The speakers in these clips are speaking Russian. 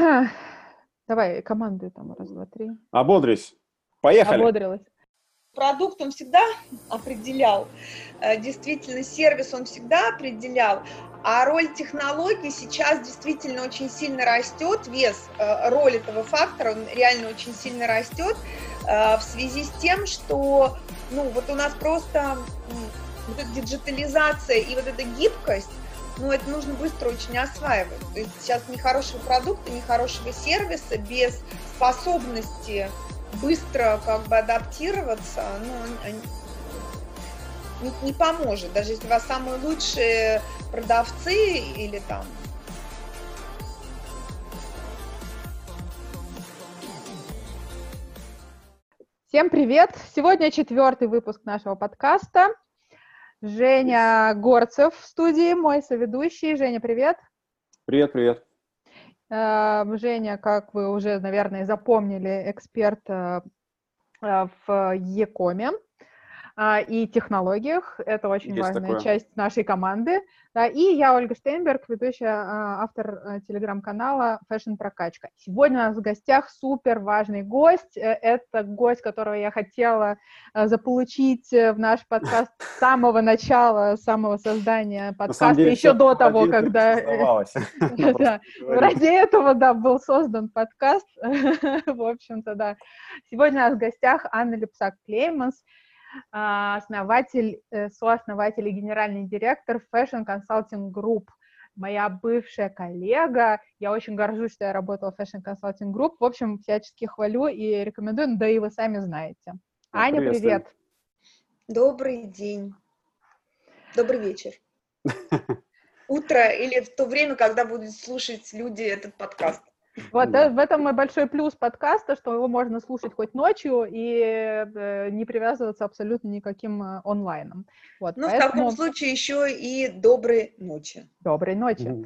Давай команды там раз, два, три. Ободрись. Поехали. Ободрилась. Продукт он всегда определял, действительно, сервис он всегда определял, а роль технологий сейчас действительно очень сильно растет, вес, роль этого фактора, он реально очень сильно растет в связи с тем, что, вот у нас просто вот эта диджитализация и вот эта гибкость, это нужно быстро очень осваивать. То есть сейчас ни хорошего продукта, ни хорошего сервиса без способности быстро адаптироваться, не поможет. Даже если у вас самые лучшие продавцы или там... Всем привет! Сегодня 4-й выпуск нашего подкаста. Женя Горцев в студии, мой соведущий. Женя, привет! Привет. Женя, как вы уже, наверное, запомнили, эксперт в e-коме и технологиях. Это очень важная часть нашей команды. Да, и я, Ольга Штейнберг, ведущая, автор телеграм-канала Fashion Прокачка. Сегодня у нас в гостях супер важный гость. Это гость, которого я хотела заполучить в наш подкаст с самого начала, с самого создания подкаста, еще до того, когда... Ради этого, да, был создан подкаст. В общем-то, да. Сегодня у нас в гостях Анна Липсак-Клейманс, сооснователь и генеральный директор Fashion Consulting Group, моя бывшая коллега. Я очень горжусь, что я работала в Fashion Consulting Group. В общем, всячески хвалю и рекомендую, да и вы сами знаете. Аня, привет. Добрый день. Добрый вечер. Утро или в то время, когда будут слушать люди этот подкаст. Вот в этом мой большой плюс подкаста, что его можно слушать хоть ночью и не привязываться абсолютно никаким онлайном. Вот, поэтому... в таком случае еще и доброй ночи. Доброй ночи.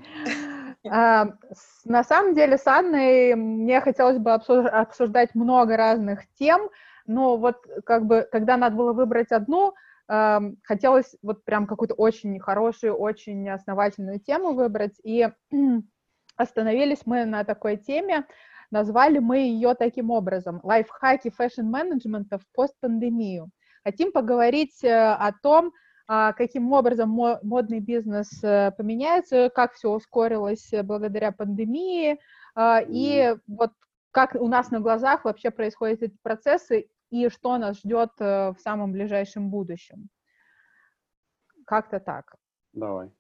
На самом деле с Анной мне хотелось бы обсуждать много разных тем, но вот когда надо было выбрать одну, хотелось вот прям какую-то очень хорошую, очень основательную тему выбрать, и остановились мы на такой теме, назвали мы ее таким образом: лайфхаки фэшн-менеджмента в постпандемию. Хотим поговорить о том, каким образом модный бизнес поменяется, как все ускорилось благодаря пандемии, и вот как у нас на глазах вообще происходят эти процессы, и что нас ждет в самом ближайшем будущем. Как-то так. Давай.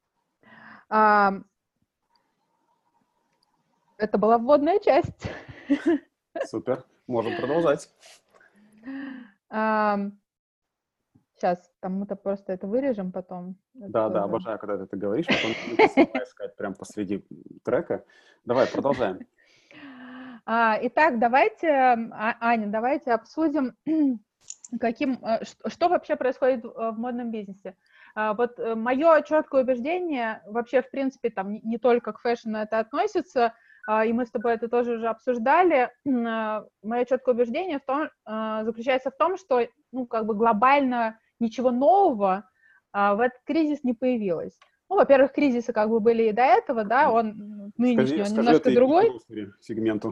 Это была вводная часть. Супер. Можем продолжать. Сейчас, там мы-то просто это вырежем потом. Да, обожаю, когда ты это говоришь, потом слова искать прямо посреди трека. Давай, продолжаем. Итак, Аня, давайте обсудим, что вообще происходит в модном бизнесе. Вот мое четкое убеждение, вообще, в принципе, там не только к фэшну это относится, и мы с тобой это тоже уже обсуждали, мое четкое убеждение заключается в том, что, глобально ничего нового в этот кризис не появилось. Во-первых, кризисы были и до этого, да, он нынешний, он немножко другой. Сегменту.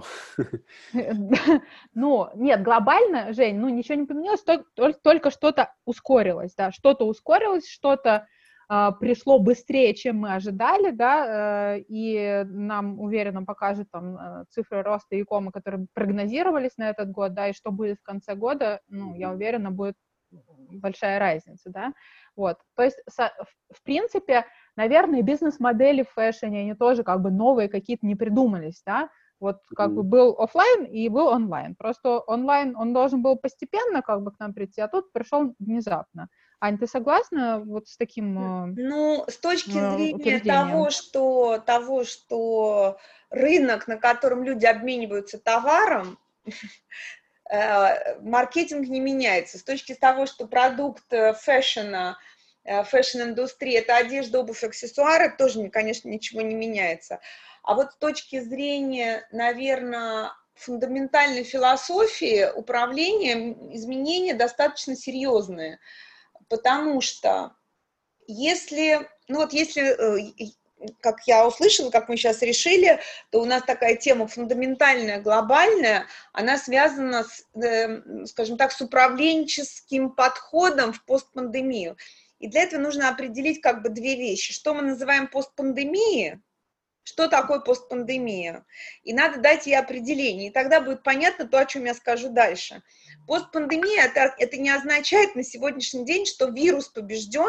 Нет, глобально, Жень, ничего не поменялось, только что-то ускорилось, да, что-то пришло быстрее, чем мы ожидали, да, и нам уверенно покажут там цифры роста e-кома, которые прогнозировались на этот год, да, и что будет в конце года, я уверена, будет большая разница, да, вот, то есть, в принципе, наверное, бизнес-модели в фэшне, они тоже новые какие-то не придумались, да, вот был офлайн и был онлайн, просто онлайн, он должен был постепенно к нам прийти, а тут пришел внезапно. Ань, ты согласна вот с таким с точки зрения того, что рынок, на котором люди обмениваются товаром, маркетинг не меняется. С точки того, что продукт фэшн-индустрии — это одежда, обувь, аксессуары, тоже, конечно, ничего не меняется. А вот с точки зрения, наверное, фундаментальной философии управления, изменения достаточно серьезные. Потому что если как я услышала, как мы сейчас решили, то у нас такая тема фундаментальная, глобальная, она связана с, скажем так, с управленческим подходом в постпандемию. И для этого нужно определить как бы две вещи. Что мы называем постпандемией, что такое постпандемия. И надо дать ей определение. И тогда будет понятно то, о чем я скажу дальше. Постпандемия это не означает на сегодняшний день, что вирус побежден.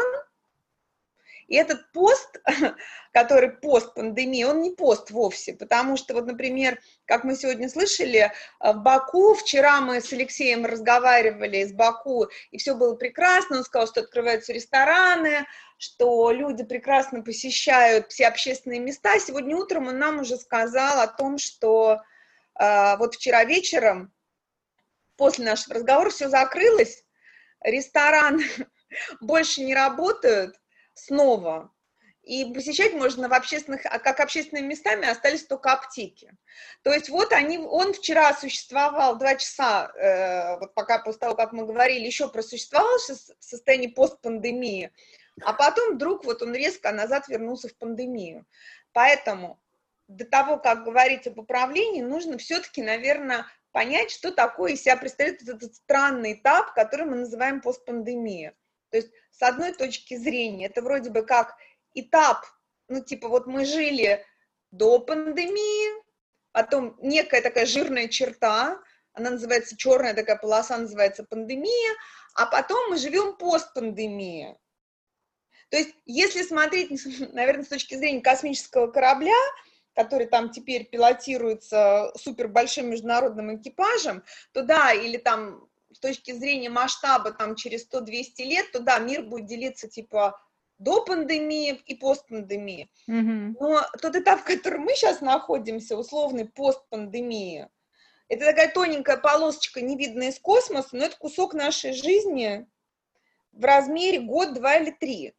И этот пост, который постпандемия, он не пост вовсе, потому что, вот, например, как мы сегодня слышали, в Баку, вчера мы с Алексеем разговаривали из Баку, и все было прекрасно, он сказал, что открываются рестораны, что люди прекрасно посещают все общественные места. Сегодня утром он нам уже сказал о том, что вот вчера вечером, после нашего разговора, все закрылось, рестораны больше не работают, снова. И посещать можно в общественных, как общественными местами остались только аптеки. То есть вот он вчера существовал 2 часа, вот пока после того, как мы говорили, еще просуществовал в состоянии постпандемии, а потом вдруг вот он резко назад вернулся в пандемию. Поэтому до того, как говорить об управлении, нужно все-таки, наверное, понять, что такое из себя представляет этот странный этап, который мы называем постпандемия. То есть, с одной точки зрения, это вроде бы как этап, ну, типа, вот мы жили до пандемии, потом некая такая жирная черта, она называется, черная такая полоса называется пандемия, а потом мы живем постпандемия. То есть, если смотреть, наверное, с точки зрения космического корабля, который там теперь пилотируется супербольшим международным экипажем, то да, или там с точки зрения масштаба там через 100-200 лет, то да, мир будет делиться типа до пандемии и постпандемии. Но тот этап, в котором мы сейчас находимся, условный постпандемия, это такая тоненькая полосочка, не видная из космоса, но это кусок нашей жизни в размере год, 2 или 3.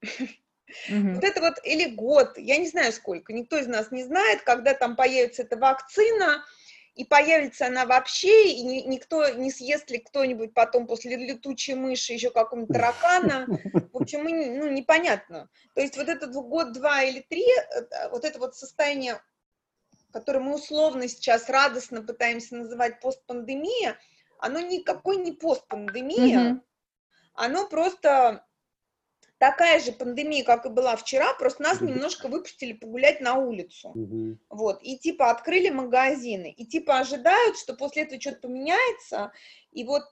Вот это вот, или год, я не знаю сколько, никто из нас не знает, когда там появится эта вакцина, и появится она вообще, и никто не съест ли кто-нибудь потом после летучей мыши еще какого-нибудь таракана. В общем, непонятно. То есть вот этот год, 2 или 3, вот это вот состояние, которое мы условно сейчас радостно пытаемся называть постпандемия, оно никакой не постпандемия, оно просто такая же пандемия, как и была вчера, просто нас немножко выпустили погулять на улицу. Вот, и типа открыли магазины, и типа ожидают, что после этого что-то поменяется, и вот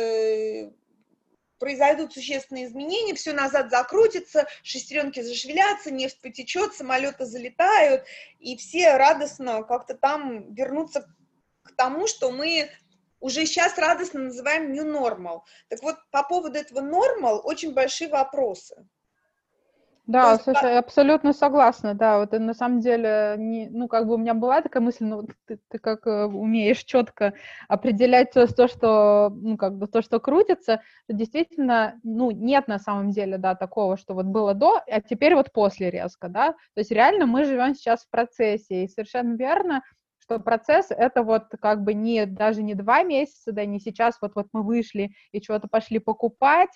произойдут существенные изменения, все назад закрутится, шестеренки зашевелятся, нефть потечет, самолеты залетают, и все радостно как-то там вернутся к тому, что мы уже сейчас радостно называем new normal. Так вот, по поводу этого normal очень большие вопросы. Да, есть, слушай, я абсолютно согласна, да, вот на самом деле, как бы у меня была такая мысль, ты как умеешь четко определять то, что, то, что крутится, то действительно, нет на самом деле, да, такого, что вот было до, а теперь вот после резко, да, то есть реально мы живем сейчас в процессе, и совершенно верно, что процесс это вот как бы даже не 2 месяца, да, не сейчас вот мы вышли и чего-то пошли покупать,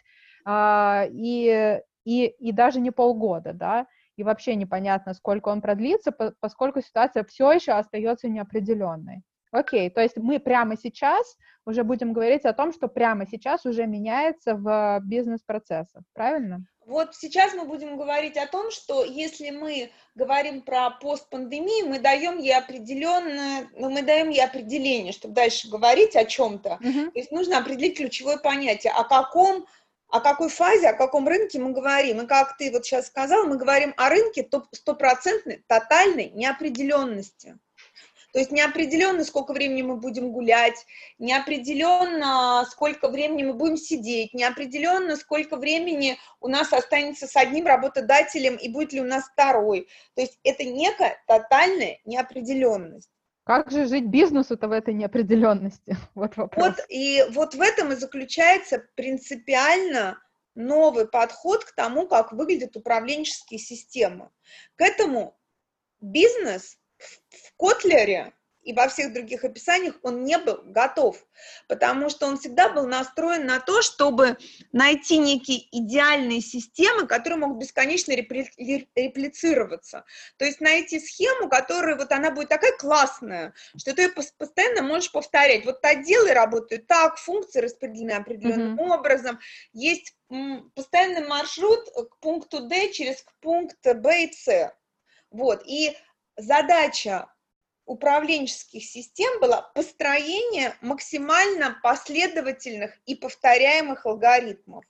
и даже не полгода, да, и вообще непонятно, сколько он продлится, поскольку ситуация все еще остается неопределенной. Окей, то есть мы прямо сейчас уже будем говорить о том, что прямо сейчас уже меняется в бизнес-процессах, правильно? Вот сейчас мы будем говорить о том, что если мы говорим про постпандемию, мы даем ей определение, чтобы дальше говорить о чем-то. То есть нужно определить ключевое понятие, о какой фазе, о каком рынке мы говорим. И как ты вот сейчас сказал, мы говорим о рынке стопроцентной, тотальной неопределенности. То есть неопределенно, сколько времени мы будем гулять, неопределенно, сколько времени мы будем сидеть, неопределенно, сколько времени у нас останется с одним работодателем и будет ли у нас второй. То есть это некая тотальная неопределенность. Как же жить бизнесу-то в этой неопределенности? Вот вопрос. Вот в этом и заключается принципиально новый подход к тому, как выглядят управленческие системы. К этому бизнес в Котлере и во всех других описаниях он не был готов, потому что он всегда был настроен на то, чтобы найти некие идеальные системы, которые могут бесконечно реплицироваться. То есть найти схему, которая вот она будет такая классная, что ты ее постоянно можешь повторять. Вот отделы работают так, функции распределены определенным образом, есть постоянный маршрут к пункту D через пункт B и C. Вот, и задача управленческих систем была построение максимально последовательных и повторяемых алгоритмов.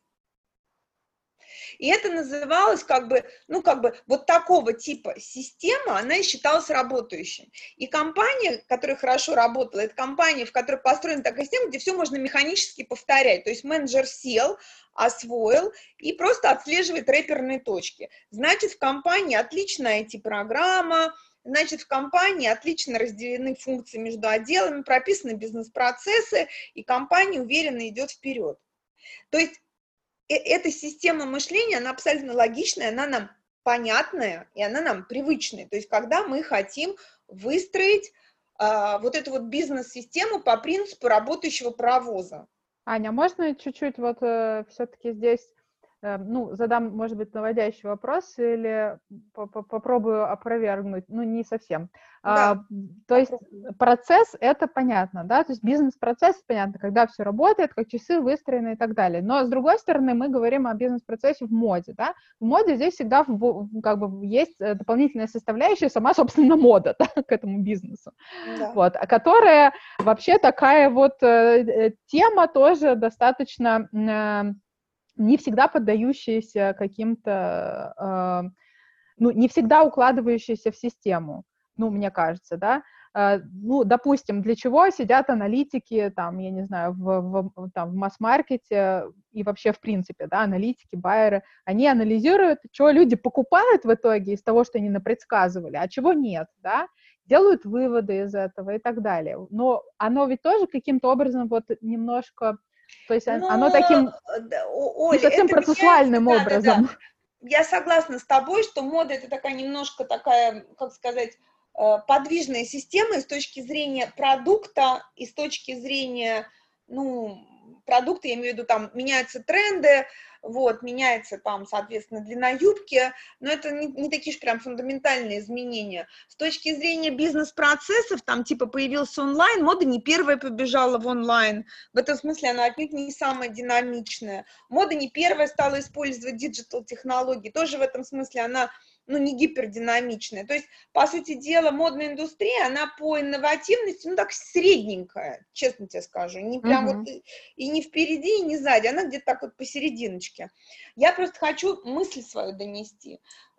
И это называлось вот такого типа система, она и считалась работающей. И компания, которая хорошо работала, это компания, в которой построена такая система, где все можно механически повторять. То есть менеджер сел, освоил и просто отслеживает реперные точки. Значит, в компании отличная IT-программа, значит, в компании отлично разделены функции между отделами, прописаны бизнес-процессы, и компания уверенно идет вперед. То есть эта система мышления, она абсолютно логичная, она нам понятная, и она нам привычная. То есть когда мы хотим выстроить вот эту вот бизнес-систему по принципу работающего паровоза. Аня, можно чуть-чуть вот все-таки здесь, задам, может быть, наводящий вопрос или попробую опровергнуть, не совсем. Да. То есть процесс — это понятно, да, то есть бизнес-процесс понятно, когда все работает, как часы выстроены и так далее. Но, с другой стороны, мы говорим о бизнес-процессе в моде, да. В моде здесь всегда есть дополнительная составляющая, сама, собственно, мода, да, к этому бизнесу. Да. Вот, которая вообще такая вот тема тоже достаточно не всегда поддающаяся каким-то, не всегда укладывающаяся в систему, мне кажется, да. Допустим, для чего сидят аналитики, там, я не знаю, в масс-маркете и вообще в принципе, да, аналитики, байеры, они анализируют, что люди покупают в итоге из того, что они напредсказывали, а чего нет, да, делают выводы из этого и так далее. Но оно ведь тоже каким-то образом вот немножко, то есть оно таким Оль, не совсем процессуальным образом. Да. Я согласна с тобой, что мода — это такая немножко такая, как сказать, подвижная система и с точки зрения продукта, и с точки зрения, продукта, я имею в виду, там меняются тренды, вот, меняется там, соответственно, длина юбки, но это не такие же прям фундаментальные изменения. С точки зрения бизнес-процессов, там типа появился онлайн, мода не первая побежала в онлайн, в этом смысле она отнюдь не самая динамичная. Мода не первая стала использовать диджитал-технологии, тоже в этом смысле она не гипердинамичная. То есть, по сути дела, модная индустрия, она по инновативности, так средненькая, честно тебе скажу. Не прям вот и не впереди, и не сзади, она где-то так вот посерединочке. Я просто хочу мысль свою донести.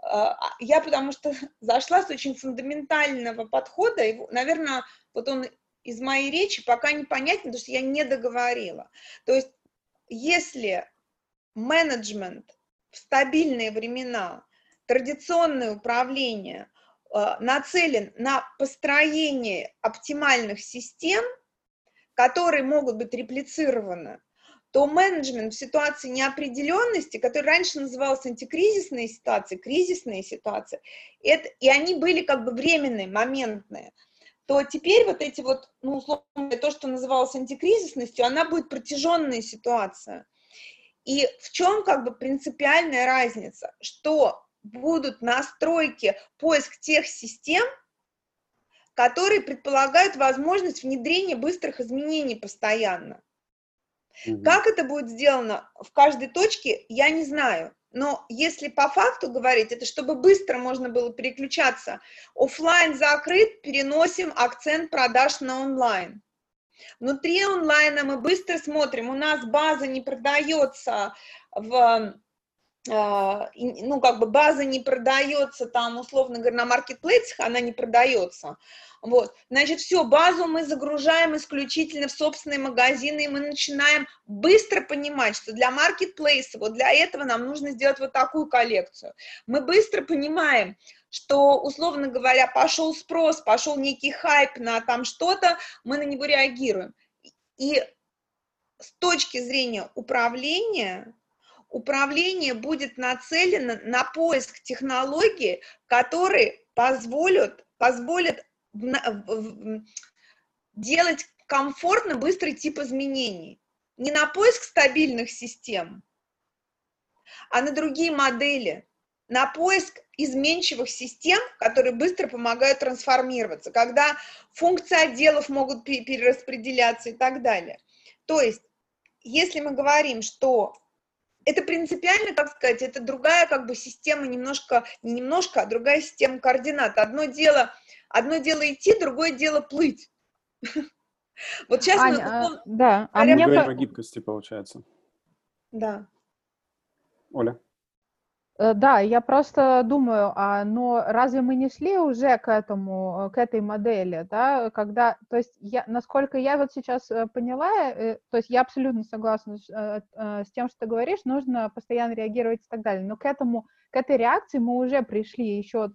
Я потому что зашла с очень фундаментального подхода, и, наверное, вот он из моей речи пока непонятен, потому что я не договорила. То есть, если менеджмент в стабильные времена, традиционное управление нацелен на построение оптимальных систем, которые могут быть реплицированы, то менеджмент в ситуации неопределенности, который раньше назывался антикризисные ситуации, кризисные ситуации, и они были как бы временные, моментные, то теперь вот эти вот, условно, то, что называлось антикризисностью, она будет протяженная ситуация. И в чем как бы принципиальная разница? Что будут настройки, поиск тех систем, которые предполагают возможность внедрения быстрых изменений постоянно. Как это будет сделано в каждой точке, я не знаю. Но если по факту говорить, это чтобы быстро можно было переключаться. Офлайн закрыт, переносим акцент продаж на онлайн. Внутри онлайна мы быстро смотрим, у нас база не продается база не продается там, условно говоря, на маркетплейсах, она не продается. Вот. Значит, все, базу мы загружаем исключительно в собственные магазины, и мы начинаем быстро понимать, что для маркетплейса, вот для этого нам нужно сделать вот такую коллекцию. Мы быстро понимаем, что, условно говоря, пошел спрос, пошел некий хайп на там что-то, мы на него реагируем. И с точки зрения управление будет нацелено на поиск технологий, которые позволят делать комфортно быстрый тип изменений. Не на поиск стабильных систем, а на другие модели, на поиск изменчивых систем, которые быстро помогают трансформироваться, когда функции отделов могут перераспределяться и так далее. То есть, если мы говорим, что это принципиально, как сказать, это другая как бы система немножко, не немножко, а другая система координат. Одно дело идти, другое дело плыть. Вот сейчас мы... Аня, да, Мы говорим о гибкости, получается. Да. Оля? Да, я просто думаю, но разве мы не шли уже к этой модели, да, когда, то есть, насколько я вот сейчас поняла, то есть я абсолютно согласна с тем, что ты говоришь, нужно постоянно реагировать и так далее, но к этой реакции мы уже пришли еще,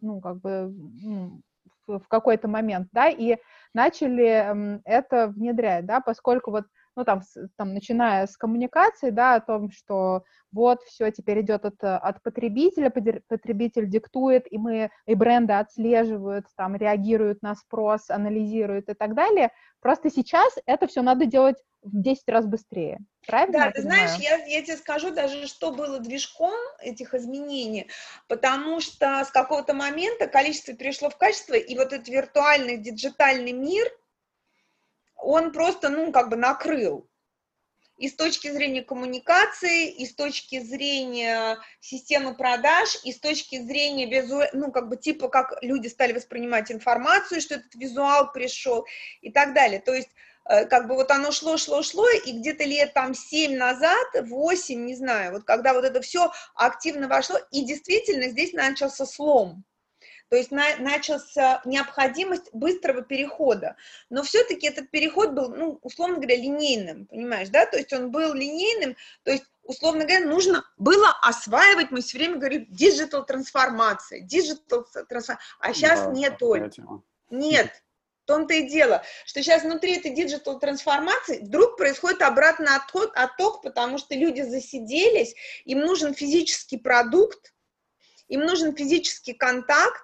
в какой-то момент, да, и начали это внедрять, да, поскольку вот, начиная с коммуникации, да, о том, что вот все теперь идет от потребителя, потребитель диктует, и бренды отслеживают, там, реагируют на спрос, анализируют и так далее. Просто сейчас это все надо делать в 10 раз быстрее. Правильно? Да, ты знаешь, я тебе скажу даже, что было движком этих изменений, потому что с какого-то момента количество перешло в качество, и вот этот виртуальный, диджитальный мир, он просто, накрыл. И с точки зрения коммуникации, и с точки зрения системы продаж, и с точки зрения как люди стали воспринимать информацию, что этот визуал пришел, и так далее. То есть, оно шло, и где-то лет 7 назад, 8, не знаю, вот когда вот это все активно вошло, и действительно здесь начался слом. То есть началась необходимость быстрого перехода. Но все-таки этот переход был, условно говоря, линейным, понимаешь, да? То есть он был линейным, то есть, условно говоря, нужно было осваивать, мы все время говорим, диджитал-трансформация, а сейчас нет, Оль. Нет. В том-то и дело, что сейчас внутри этой диджитал-трансформации вдруг происходит обратный отток, потому что люди засиделись, им нужен физический продукт, им нужен физический контакт,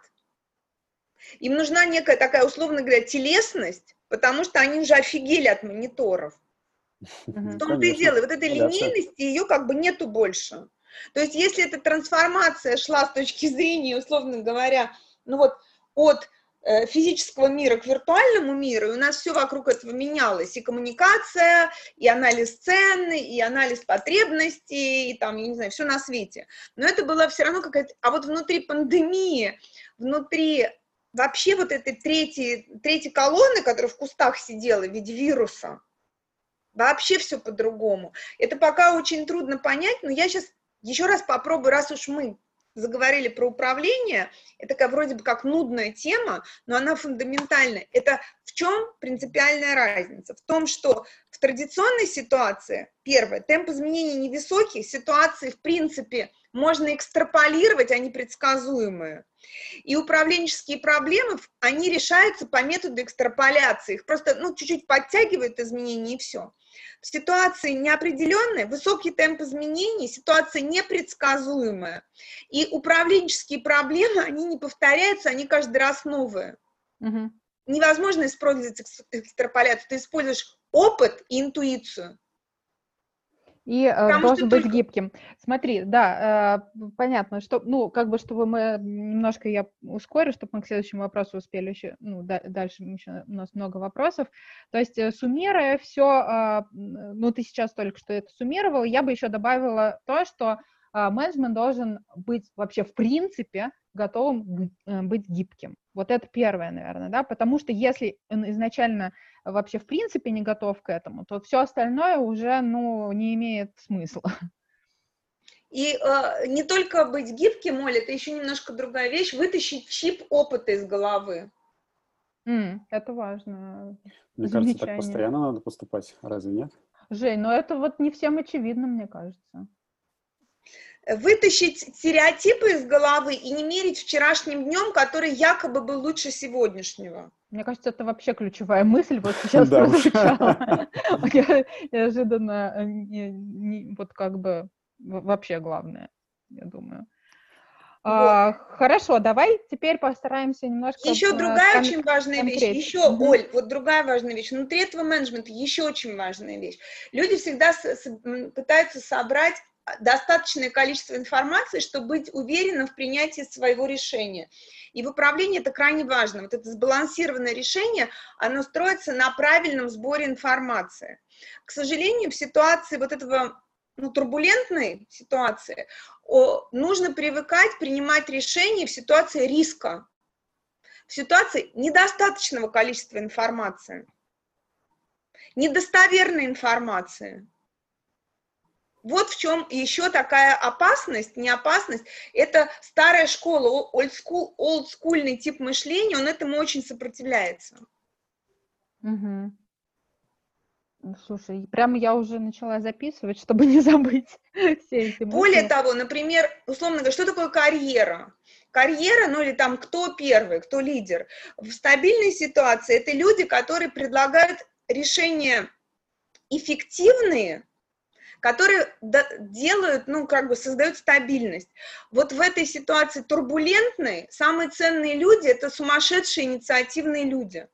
им нужна некая такая, условно говоря, телесность, потому что они уже офигели от мониторов. В том-то и дело, вот этой линейности ее нету больше. То есть если эта трансформация шла с точки зрения, условно говоря, от физического мира к виртуальному миру, и у нас все вокруг этого менялось, и коммуникация, и анализ цен, и анализ потребностей, и там, я не знаю, все на свете. Но это была все равно какая-то... А вот внутри пандемии, внутри вообще вот этой третьей колонны, которая в кустах сидела в виде вируса, вообще все по-другому. Это пока очень трудно понять, но я сейчас еще раз попробую, раз уж мы заговорили про управление, это такая вроде бы как нудная тема, но она фундаментальная. Это в чем принципиальная разница? В том, что в традиционной ситуации, первое, темп изменений невысокий, ситуации в принципе можно экстраполировать, они предсказуемые. И управленческие проблемы, они решаются по методу экстраполяции. Их просто, чуть-чуть подтягивают изменения и все. В ситуации неопределенной, высокий темп изменений, ситуация непредсказуемая. И управленческие проблемы, они не повторяются, они каждый раз новые. Угу. Невозможно использовать экстраполяцию. Ты используешь опыт и интуицию. И должен быть гибким. Смотри, да, понятно, что, чтобы мы немножко, я ускорю, чтобы мы к следующему вопросу успели еще, дальше еще у нас много вопросов. То есть, суммируя все, ты сейчас только что это суммировала, я бы еще добавила то, что менеджмент должен быть вообще в принципе готовым быть гибким. Вот это первое, наверное, да, потому что если он изначально вообще в принципе не готов к этому, то все остальное уже, не имеет смысла. И не только быть гибким, Оля, это еще немножко другая вещь, вытащить чип опыта из головы. Это важно. Мне кажется, так постоянно надо поступать, разве нет? Жень, это вот не всем очевидно, мне кажется. Вытащить стереотипы из головы и не мерить вчерашним днем, который якобы был лучше сегодняшнего. Мне кажется, это вообще ключевая мысль, вот сейчас прозвучала. Неожиданно, вот вообще главное, я думаю. Вот. Хорошо, давай теперь постараемся немножко Еще другая очень важная вещь, Оль, вот другая важная вещь. Внутри этого менеджмента еще очень важная вещь. Люди всегда пытаются собрать достаточное количество информации, чтобы быть уверенным в принятии своего решения. И в управлении это крайне важно. Вот это сбалансированное решение, оно строится на правильном сборе информации. К сожалению, в ситуации вот этого, турбулентной ситуации, нужно привыкать принимать решения в ситуации риска, в ситуации недостаточного количества информации, недостоверной информации. Вот в чем еще такая опасность, не опасность, это старая школа, олдскульный тип мышления, он этому очень сопротивляется. Угу. Слушай, прямо я уже начала записывать, чтобы не забыть все эти мысли. Более того, например, условно говоря, что такое карьера? Карьера, или там кто первый, кто лидер. В стабильной ситуации это люди, которые предлагают решения эффективные, которые делают, создают стабильность. Вот в этой ситуации турбулентной самые ценные люди – это сумасшедшие инициативные люди.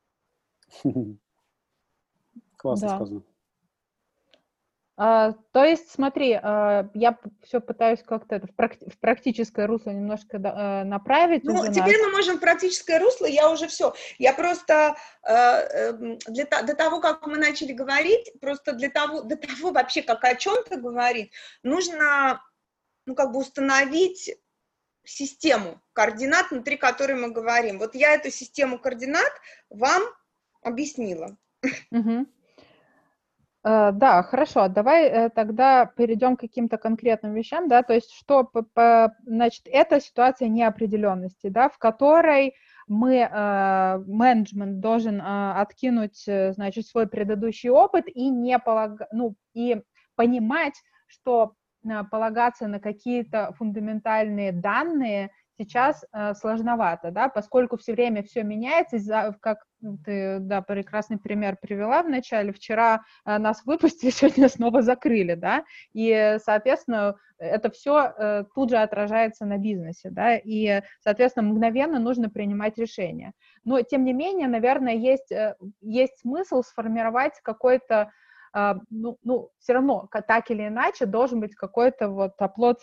Классно сказано. То есть, смотри, я все пытаюсь как-то в практическое русло немножко направить. Теперь мы можем в практическое русло, Я просто до того, как мы начали говорить, просто до того вообще, как о чем-то говорить, нужно, установить систему координат, внутри которой мы говорим. Вот я эту систему координат вам объяснила. Угу. Да, хорошо. Давай тогда перейдем к каким-то конкретным вещам, да, то есть значит, это ситуация неопределенности, да, в которой менеджмент должен откинуть, значит, свой предыдущий опыт и и понимать, что полагаться на какие-то фундаментальные данные сейчас сложновато, да, поскольку все время все меняется, как ты, да, прекрасный пример привела в начале, вчера нас выпустили, сегодня снова закрыли, да, и, соответственно, это все тут же отражается на бизнесе, да, и, соответственно, мгновенно нужно принимать решения. Но, тем не менее, наверное, есть смысл сформировать какой-то, все равно, так или иначе, должен быть какой-то вот оплот,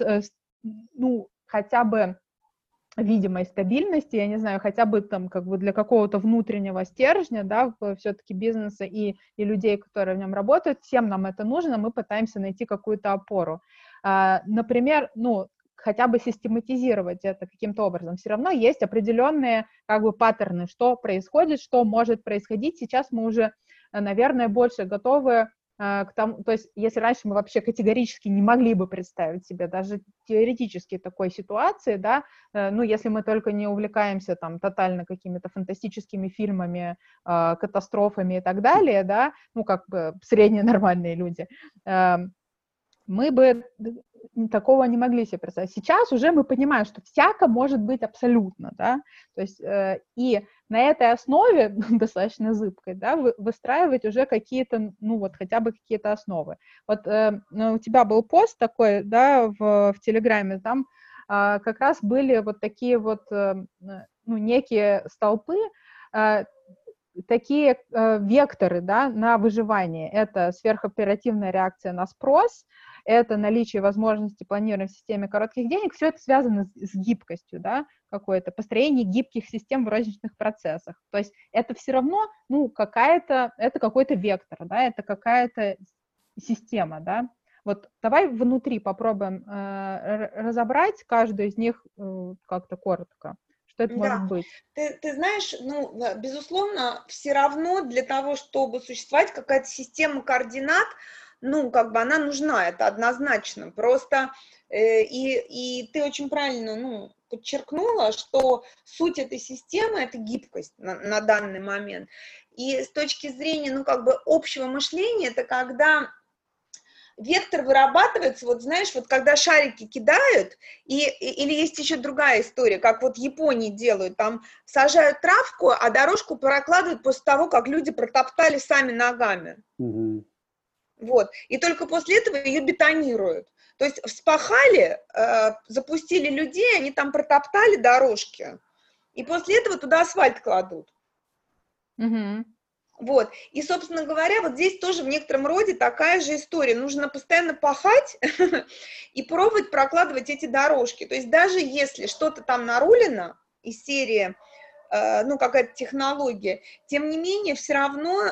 хотя бы видимой стабильности, я не знаю, хотя бы там как бы для какого-то внутреннего стержня, да, все-таки бизнеса и людей, которые в нем работают, всем нам это нужно, мы пытаемся найти какую-то опору. Например, хотя бы систематизировать это каким-то образом. Все равно есть определенные как бы паттерны, что происходит, что может происходить. Сейчас мы уже, наверное, больше готовы к тому, то есть если раньше мы вообще категорически не могли бы представить себе даже теоретически такой ситуации, да, если мы только не увлекаемся там тотально какими-то фантастическими фильмами, катастрофами и так далее, да, как бы средние нормальные люди, мы бы такого не могли себе представить. Сейчас уже мы понимаем, что всяко может быть абсолютно, да, то есть и на этой основе, достаточно зыбкой, да, выстраивать уже какие-то, хотя бы какие-то основы. Вот у тебя был пост такой, да, в Телеграме, там как раз были вот такие вот, некие столпы, такие векторы, да, на выживание. Это сверхоперативная реакция на спрос, это наличие возможности планирования в системе коротких денег, все это связано с гибкостью, да, какое-то построение гибких систем в розничных процессах. То есть это все равно, это какой-то вектор, да, это какая-то система, да. Вот давай внутри попробуем разобрать каждую из них как-то коротко. Что это может быть? Ты знаешь, безусловно, все равно для того, чтобы существовать какая-то система координат, она нужна, это однозначно. Просто, и ты очень правильно, подчеркнула, что суть этой системы – это гибкость на данный момент. И с точки зрения, общего мышления, это когда вектор вырабатывается, когда шарики кидают, или есть еще другая история, как вот в Японии делают, там сажают травку, а дорожку прокладывают после того, как люди протоптали сами ногами. Угу. Вот. И только после этого ее бетонируют. То есть вспахали, запустили людей, они там протоптали дорожки, и после этого туда асфальт кладут. Мгм. Вот. И, собственно говоря, вот здесь тоже в некотором роде такая же история. Нужно постоянно пахать и пробовать прокладывать эти дорожки. То есть даже если что-то там нарулено из серии, ну, какая-то технология, тем не менее, все равно,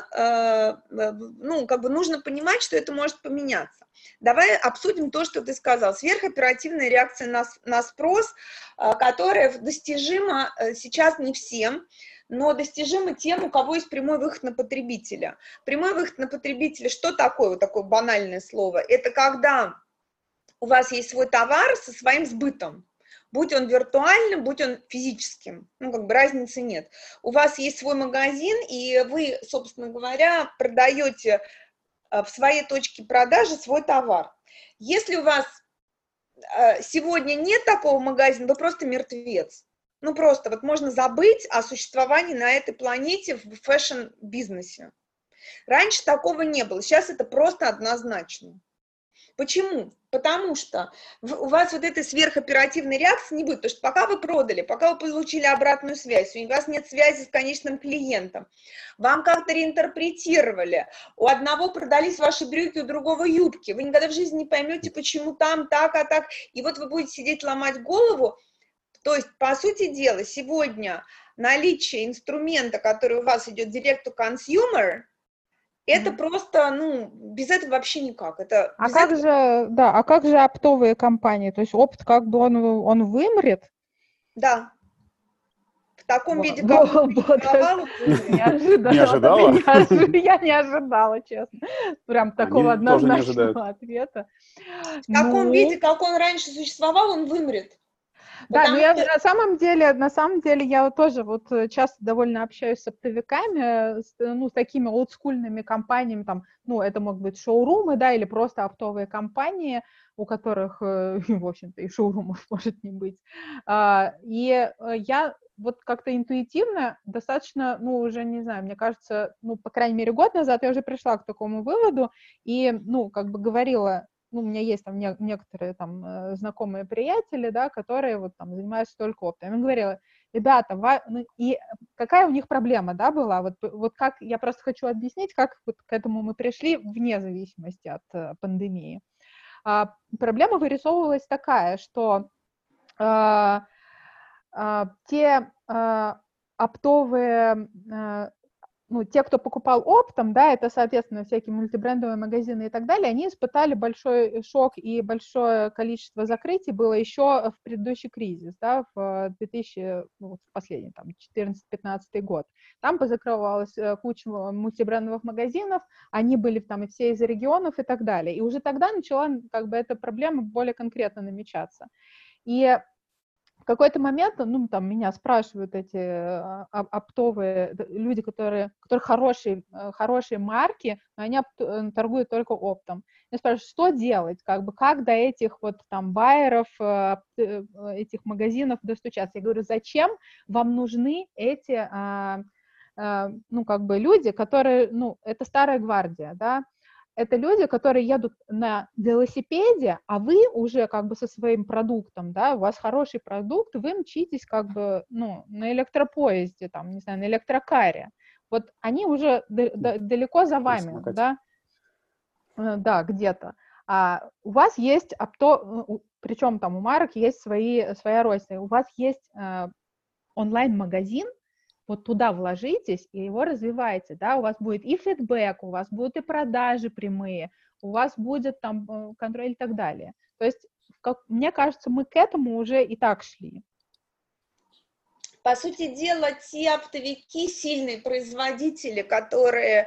ну, как бы нужно понимать, что это может поменяться. Давай обсудим то, что ты сказал. Сверхоперативная реакция на спрос, которая достижима сейчас не всем, но достижима тем, у кого есть прямой выход на потребителя. Прямой выход на потребителя, что такое, вот такое банальное слово? Это когда у вас есть свой товар со своим сбытом. Будь он виртуальным, будь он физическим, ну, как бы разницы нет. У вас есть свой магазин, и вы, собственно говоря, продаете в своей точке продажи свой товар. Если у вас сегодня нет такого магазина, вы просто мертвец. Ну, просто вот можно забыть о существовании на этой планете в фэшн-бизнесе. Раньше такого не было, сейчас это просто однозначно. Почему? Потому что у вас вот этой сверхоперативной реакции не будет, потому что пока вы продали, пока вы получили обратную связь, у вас нет связи с конечным клиентом, вам как-то реинтерпретировали, у одного продались ваши брюки, у другого юбки, вы никогда в жизни не поймете, почему там так, а так, и вот вы будете сидеть ломать голову. То есть, по сути дела, сегодня наличие инструмента, который у вас идет direct to consumer, это просто, ну, без этого вообще никак. Это, А как этого... же, да, а как же оптовые компании? То есть опт как бы он вымрет? Да. В таком виде, как он существовал, Не ожидала? Я не ожидала, честно. Прям такого Они тоже не ожидают. однозначного ответа. в таком виде, Ну, как он раньше существовал, он вымрет. да, но Потому я что... на самом деле я вот тоже вот часто довольно общаюсь с оптовиками, ну, с такими олдскульными компаниями, там, ну, это могут быть шоурумы, да, или просто оптовые компании, у которых, в общем-то, и шоурумов может не быть. И я вот как-то интуитивно достаточно, ну, уже, не знаю, мне кажется, ну, по крайней мере, год назад я уже пришла к такому выводу и, ну, как бы говорила, ну, у меня есть там некоторые там знакомые приятели, да, которые вот там занимаются только оптом. Я им говорила, ребята, ну, и какая у них проблема, да, была? Вот как, я просто хочу объяснить, как вот к этому мы пришли вне зависимости от пандемии. Проблема вырисовывалась такая, что те оптовые, ну, те, кто покупал оптом, да, это, соответственно, всякие мультибрендовые магазины и так далее, они испытали большой шок и большое количество закрытий было еще в предыдущий кризис, да, в 2000, ну, в последний, там, 14-15 год. Там позакрывалась куча мультибрендовых магазинов, они были там и все из регионов и так далее. И уже тогда начала, как бы, эта проблема более конкретно намечаться. И в какой-то момент, ну, там, меня спрашивают эти оптовые люди, которые хорошие марки, но они торгуют только оптом. Я спрашиваю, что делать, как бы, как до этих вот там байеров, этих магазинов достучаться? Я говорю, зачем вам нужны эти, ну, как бы, люди, которые, ну, это старая гвардия, да, это люди, которые едут на велосипеде, а вы уже как бы со своим продуктом, да, у вас хороший продукт, вы мчитесь как бы, ну, на электропоезде, там, не знаю, на электрокаре. Вот они уже далеко за вами, да, да, где-то. А у вас есть причем там у марок есть своя родина, у вас есть онлайн-магазин, вот туда вложитесь и его развивайте, да, у вас будет и фидбэк, у вас будут и продажи прямые, у вас будет там контроль и так далее. То есть, мне кажется, мы к этому уже и так шли. По сути дела, те оптовики, сильные производители, которые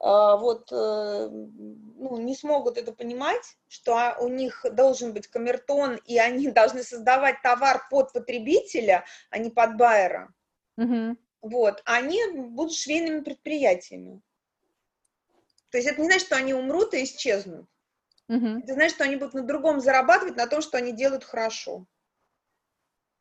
ну, не смогут это понимать, что у них должен быть камертон, и они должны создавать товар под потребителя, а не под байера. Угу. Вот, они будут швейными предприятиями. То есть это не значит, что они умрут и исчезнут. Это значит, что они будут на другом зарабатывать, на том, что они делают хорошо.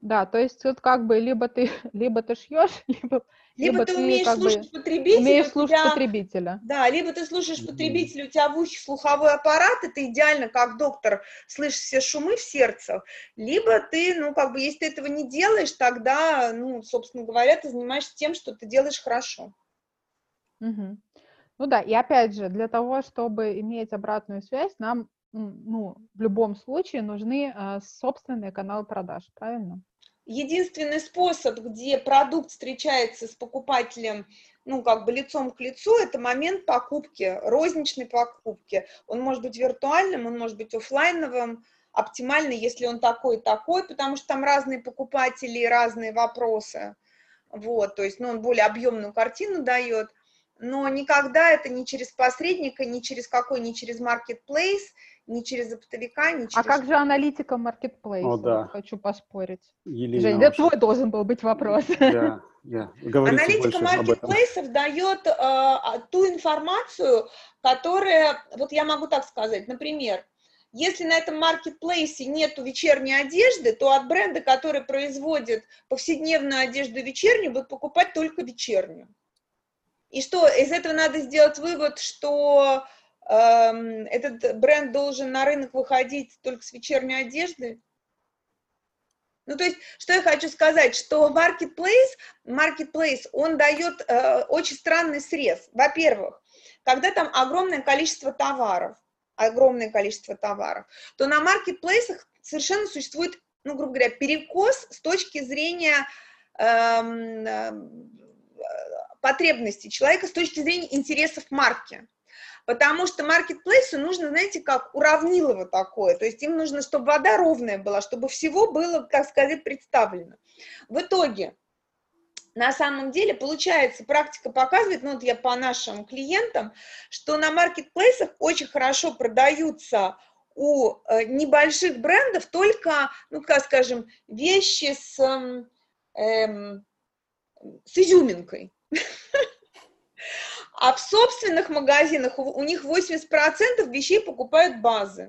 Да, то есть тут как бы либо ты шьешь, Либо ты умеешь как бы слушать потребителя, умеешь у слушать тебя... потребителя. Да, либо ты слушаешь потребителя, у тебя в ухе слуховой аппарат, и ты идеально, как доктор, слышишь все шумы в сердце, либо ты, ну, как бы, если ты этого не делаешь, тогда, ну, собственно говоря, ты занимаешься тем, что ты делаешь хорошо. Мгм. Ну да, и опять же, для того, чтобы иметь обратную связь, нам, ну, в любом случае нужны собственные каналы продаж, правильно? Единственный способ, где продукт встречается с покупателем, ну, как бы лицом к лицу, это момент покупки, розничной покупки. Он может быть виртуальным, он может быть офлайновым, оптимальный, если он такой, потому что там разные покупатели и разные вопросы. Вот, то есть, ну, он более объемную картину дает, но никогда это не через посредника, не через marketplace, не через оптовика, не А через... как же аналитика маркетплейса? О, Вот да. хочу поспорить. Елена Жень, это вообще. твой должен был быть вопрос. Говорите Аналитика больше об этом. маркетплейсов дает ту информацию, которая, вот я могу так сказать, например, если на этом маркетплейсе нету вечерней одежды, то от бренда, который производит повседневную одежду вечернюю, будут покупать только вечернюю. И что, из этого надо сделать вывод, что этот бренд должен на рынок выходить только с вечерней одеждой? Ну, то есть, что я хочу сказать, что marketplace, он дает очень странный срез. Во-первых, когда там огромное количество товаров, то на маркетплейсах совершенно существует, ну, грубо говоря, перекос с точки зрения потребностей человека, с точки зрения интересов марки. Потому что маркетплейсу нужно, знаете, как уравнилово такое, то есть им нужно, чтобы вода ровная была, чтобы всего было, так сказать, представлено. В итоге, на самом деле, получается, практика показывает, ну вот я по нашим клиентам, что на маркетплейсах очень хорошо продаются у небольших брендов только, ну, как скажем, вещи с изюминкой. А в собственных магазинах у них 80% вещей покупают базы.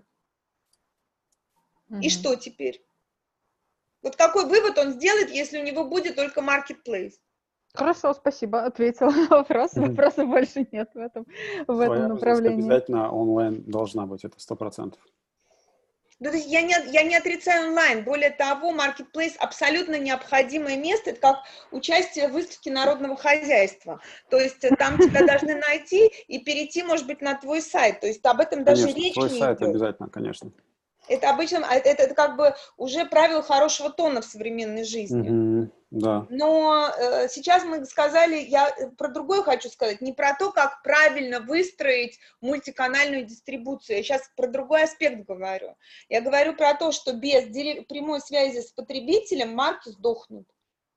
И что теперь? Вот какой вывод он сделает, если у него будет только маркетплейс? Хорошо, спасибо, ответила на вопрос. Вопросов больше нет в этом Своя направлении. обязательно онлайн должна быть, это 100%. Да, то есть я не отрицаю онлайн. Более того, маркетплейс абсолютно необходимое место. Это как участие в выставке народного хозяйства. То есть там тебя должны найти и перейти, может быть, на твой сайт. То есть об этом даже Конечно, речь свой не сайт идет. обязательно, конечно. Это обычно, это как бы уже правило хорошего тона в современной жизни. Да. Но сейчас мы сказали, я про другое хочу сказать, не про то, как правильно выстроить мультиканальную дистрибуцию, я сейчас про другой аспект говорю. Я говорю про то, что без прямой связи с потребителем марки сдохнут.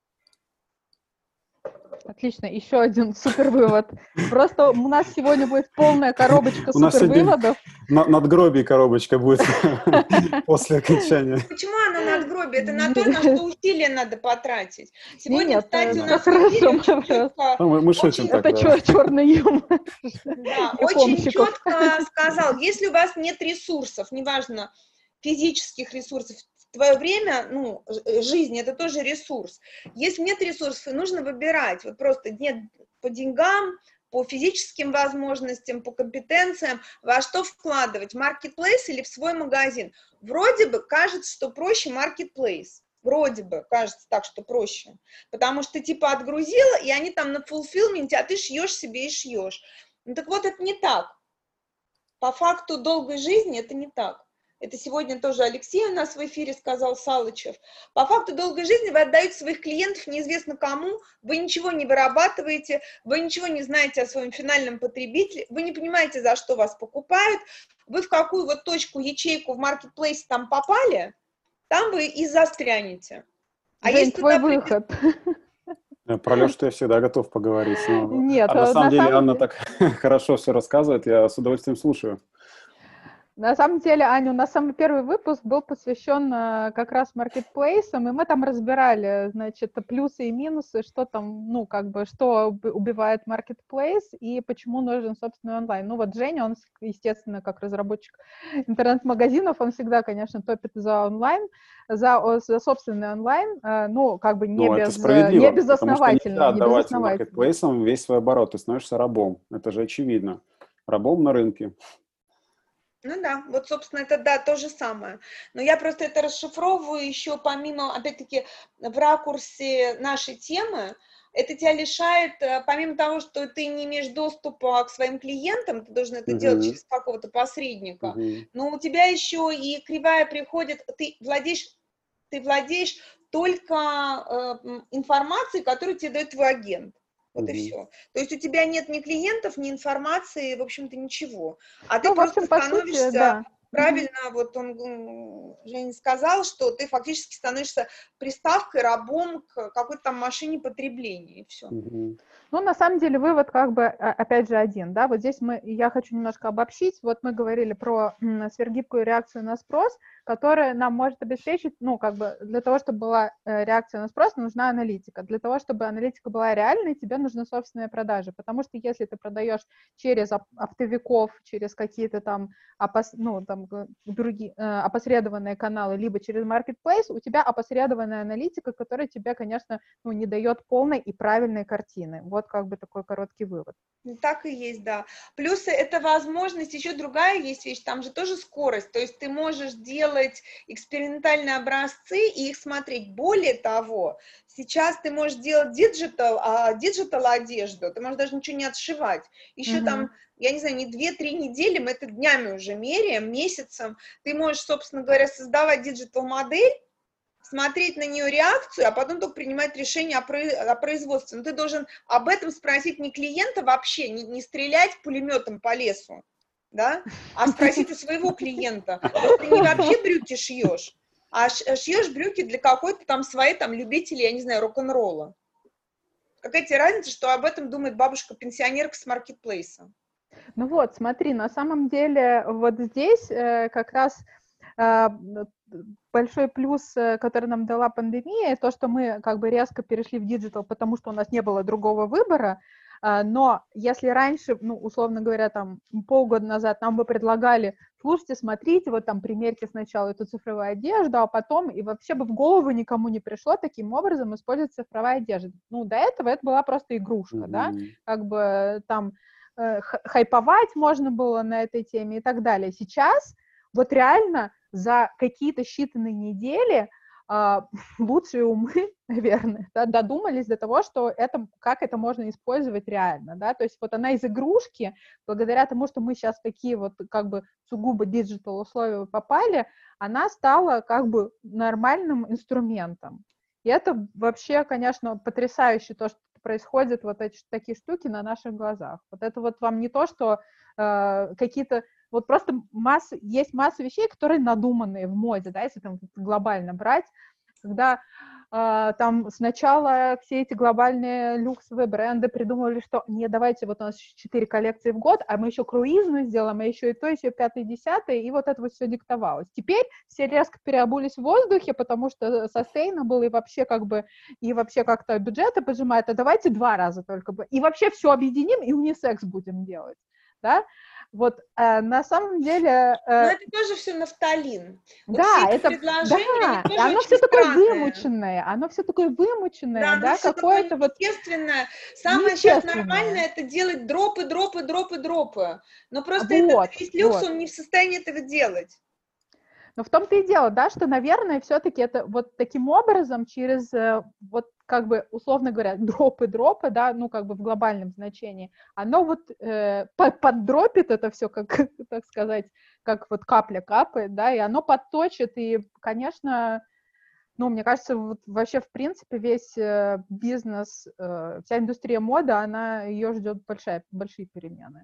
Отлично, еще один супер вывод. Просто у нас сегодня будет полная коробочка супер выводов. Надгробие коробочка будет после окончания. Почему она надгробие? Это на то, на что усилия надо потратить. Сегодня, кстати, у нас мы шутим так, это черный юмор. Да, очень четко сказал, если у вас нет ресурсов, неважно, физических ресурсов, твое время, ну, жизнь, это тоже ресурс. Если нет ресурсов, нужно выбирать. Вот просто нет по деньгам, по физическим возможностям, по компетенциям, во что вкладывать, маркетплейс или в свой магазин. Вроде бы кажется, что проще маркетплейс. Вроде бы кажется так, что проще. Потому что ты типа отгрузила, и они там на фулфилменте, а ты шьешь себе и шьешь. Ну так вот, это не так. По факту долгой жизни это не так. Это сегодня тоже Алексей у нас в эфире сказал, Салычев. По факту долгой жизни вы отдаете своих клиентов неизвестно кому, вы ничего не вырабатываете, вы ничего не знаете о своем финальном потребителе, вы не понимаете, за что вас покупают, вы в какую вот точку, ячейку в маркетплейсе там попали, там вы и застрянете. А Жень, твой выход. Про Лешу я всегда готов поговорить. Нет, на самом деле Анна так хорошо все рассказывает, я с удовольствием слушаю. На самом деле, Аня, у нас самый первый выпуск был посвящен как раз маркетплейсам, и мы там разбирали, значит, плюсы и минусы, что там, ну, как бы, что убивает маркетплейс и почему нужен собственный онлайн. Ну, вот Женя, он, естественно, как разработчик интернет-магазинов, он всегда, конечно, топит за онлайн, за собственный онлайн, ну, как бы Ну, это справедливо, не потому что нельзя безосновательно, не отдавать безосновательно. маркетплейсам весь свой оборот, ты становишься рабом, это же очевидно. Рабом на рынке. Ну да, вот, собственно, это, да, то же самое. Но я просто это расшифровываю еще помимо, опять-таки, в ракурсе нашей темы, это тебя лишает, помимо того, что ты не имеешь доступа к своим клиентам, ты должен это делать через какого-то посредника, но у тебя еще и кривая приходит, ты владеешь только информацией, которую тебе дает твой агент. Вот и все. То есть у тебя нет ни клиентов, ни информации, в общем-то, ничего. А ты Ну, в просто общем, по сути, становишься, да. правильно, вот Женя сказал, что ты фактически становишься приставкой, рабом к какой-то там машине потребления, и все. Ну, на самом деле, вывод как бы, опять же, один, да, вот здесь я хочу немножко обобщить, вот мы говорили про сверхгибкую реакцию на спрос, которая нам может обеспечить, ну, как бы, для того, чтобы была реакция на спрос, нужна аналитика, для того, чтобы аналитика была реальной, тебе нужны собственные продажи, потому что если ты продаешь через оптовиков, через какие-то там, другие опосредованные каналы, либо через marketplace, у тебя опосредованная аналитика, которая тебе, конечно, ну, не дает полной и правильной картины. Вот как бы такой короткий вывод. Так и есть, да. Плюс это возможность, еще другая есть вещь, там же тоже скорость, то есть ты можешь делать экспериментальные образцы и их смотреть. Более того, сейчас ты можешь делать диджитал одежду, ты можешь даже ничего не отшивать. Еще там, я не знаю, не 2-3 недели, мы это днями уже меряем, месяцем. Ты можешь, собственно говоря, создавать диджитал-модель, смотреть на нее реакцию, а потом только принимать решение о производстве. Но ты должен об этом спросить не клиента вообще, не стрелять пулеметом по лесу, да, а спросить у своего клиента. Вот ты не вообще брюки шьешь, а шьешь брюки для какой-то там своей там любителей, я не знаю, рок-н-ролла. Какая тебе разница, что об этом думает бабушка-пенсионерка с маркетплейса? Ну вот, смотри, на самом деле вот здесь как раз большой плюс, который нам дала пандемия, то, что мы как бы резко перешли в диджитал, потому что у нас не было другого выбора, но если раньше, ну, условно говоря, там полгода назад нам бы предлагали, слушайте, смотрите, вот там примерьте сначала эту цифровую одежду, а потом, и вообще бы в голову никому не пришло таким образом использовать цифровая одежда. Ну, до этого это была просто игрушка, да, как бы там хайповать можно было на этой теме и так далее. Сейчас вот реально за какие-то считанные недели лучшие умы, наверное, да, додумались до того, что как это можно использовать реально, да, то есть вот она из игрушки, благодаря тому, что мы сейчас в такие вот как бы сугубо диджитал условия попали, она стала как бы нормальным инструментом. И это вообще, конечно, потрясающе то, что происходит вот такие штуки на наших глазах. Вот это вот вам не то, что какие-то вот просто есть масса вещей, которые надуманные в моде, да, если там глобально брать, когда там сначала все эти глобальные люксовые бренды придумывали, что не, давайте, вот у нас 4 коллекции в год, а мы еще круизную сделаем, а еще и то, еще 5-е, 10-е, и вот это вот все диктовалось. Теперь все резко переобулись в воздухе, потому что sustainable и вообще как-то бюджеты поджимают, а давайте 2 раза только, и вообще все объединим и унисекс будем делать, да. Вот, на самом деле... Но это тоже все нафталин. Да, вот это... предложения, Да, оно все такое вымученное, да, какое-то вот... Естественное. Самое сейчас нормальное — это делать дропы. Но просто весь люкс, он не в состоянии этого делать. Но в том-то и дело, да, что, наверное, все-таки это вот таким образом через, вот как бы, условно говоря, дропы, да, ну, как бы в глобальном значении, оно вот поддропит это все, как, так сказать, как вот капля капает, да, и оно подточит, и, конечно, ну, мне кажется, вот вообще, в принципе, весь бизнес, вся индустрия моды, ее ждет большие перемены.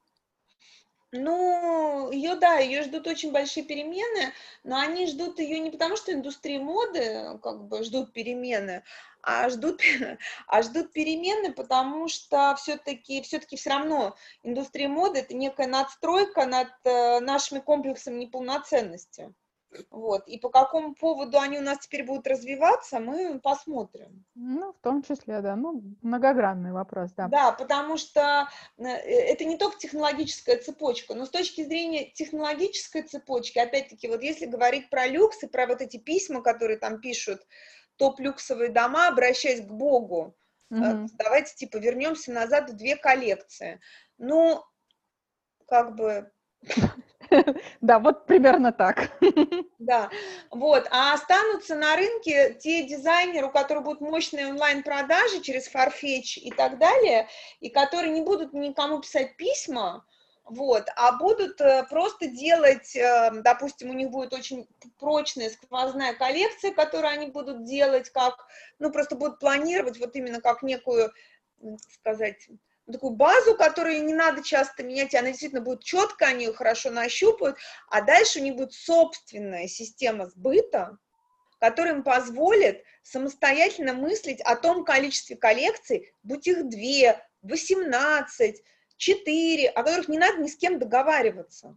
Ну, ее ждут очень большие перемены, но они ждут ее не потому, что индустрия моды как бы ждут перемены, а ждут, а ждут перемены, потому что все-таки все равно индустрия моды – это некая надстройка над нашими комплексами неполноценности. Вот. И по какому поводу они у нас теперь будут развиваться, мы посмотрим. Ну, в том числе, да. Ну, многогранный вопрос, да. Да, потому что это не только технологическая цепочка, но с точки зрения технологической цепочки, опять-таки, вот если говорить про люкс и про вот эти письма, которые там пишут, топ-люксовые дома, обращаясь к Богу, давайте, типа, вернемся назад в 2 коллекции. Ну, как бы... Да, вот примерно так. Да, вот, а останутся на рынке те дизайнеры, у которых будут мощные онлайн-продажи через Farfetch и так далее, и которые не будут никому писать письма, вот, а будут просто делать, допустим, у них будет очень прочная сквозная коллекция, которую они будут делать как, ну, просто будут планировать вот именно как некую, так сказать, такую базу, которую не надо часто менять, и она действительно будет четко, они ее хорошо нащупают, а дальше у них будет собственная система сбыта, которая им позволит самостоятельно мыслить о том количестве коллекций, будь их 2, 18, 4, о которых не надо ни с кем договариваться,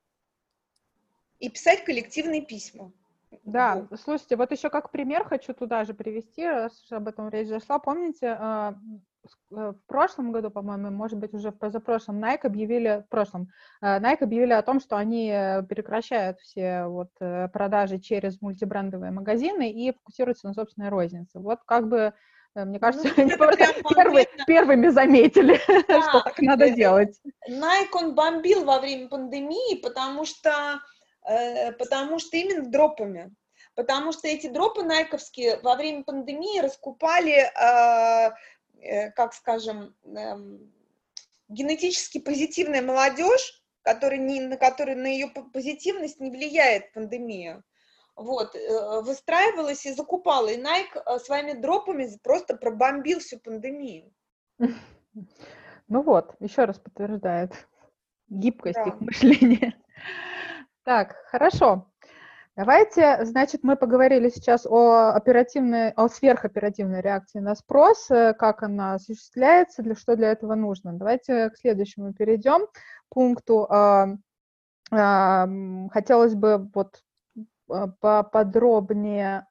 и писать коллективные письма. Да, слушайте, вот еще как пример хочу туда же привести, раз об этом речь зашла. Помните, в прошлом году, по-моему, может быть, уже в позапрошлом, Nike объявили о том, что они прекращают все вот продажи через мультибрендовые магазины и фокусируются на собственной рознице. Вот как бы, мне кажется, они просто первыми заметили, что так надо делать. Nike, он бомбил во время пандемии, потому что именно дропами. Потому что эти дропы найковские во время пандемии раскупали, как скажем, генетически позитивная молодежь, на которую на ее позитивность не влияет пандемия. Вот, выстраивалась и закупала. И Nike своими дропами просто пробомбил всю пандемию. Ну вот, еще раз подтверждает гибкость их мышления. Так, хорошо. Давайте, значит, мы поговорили сейчас о сверхоперативной реакции на спрос, как она осуществляется, что для этого нужно. Давайте к следующему перейдем пункту. Хотелось бы вот поподробнее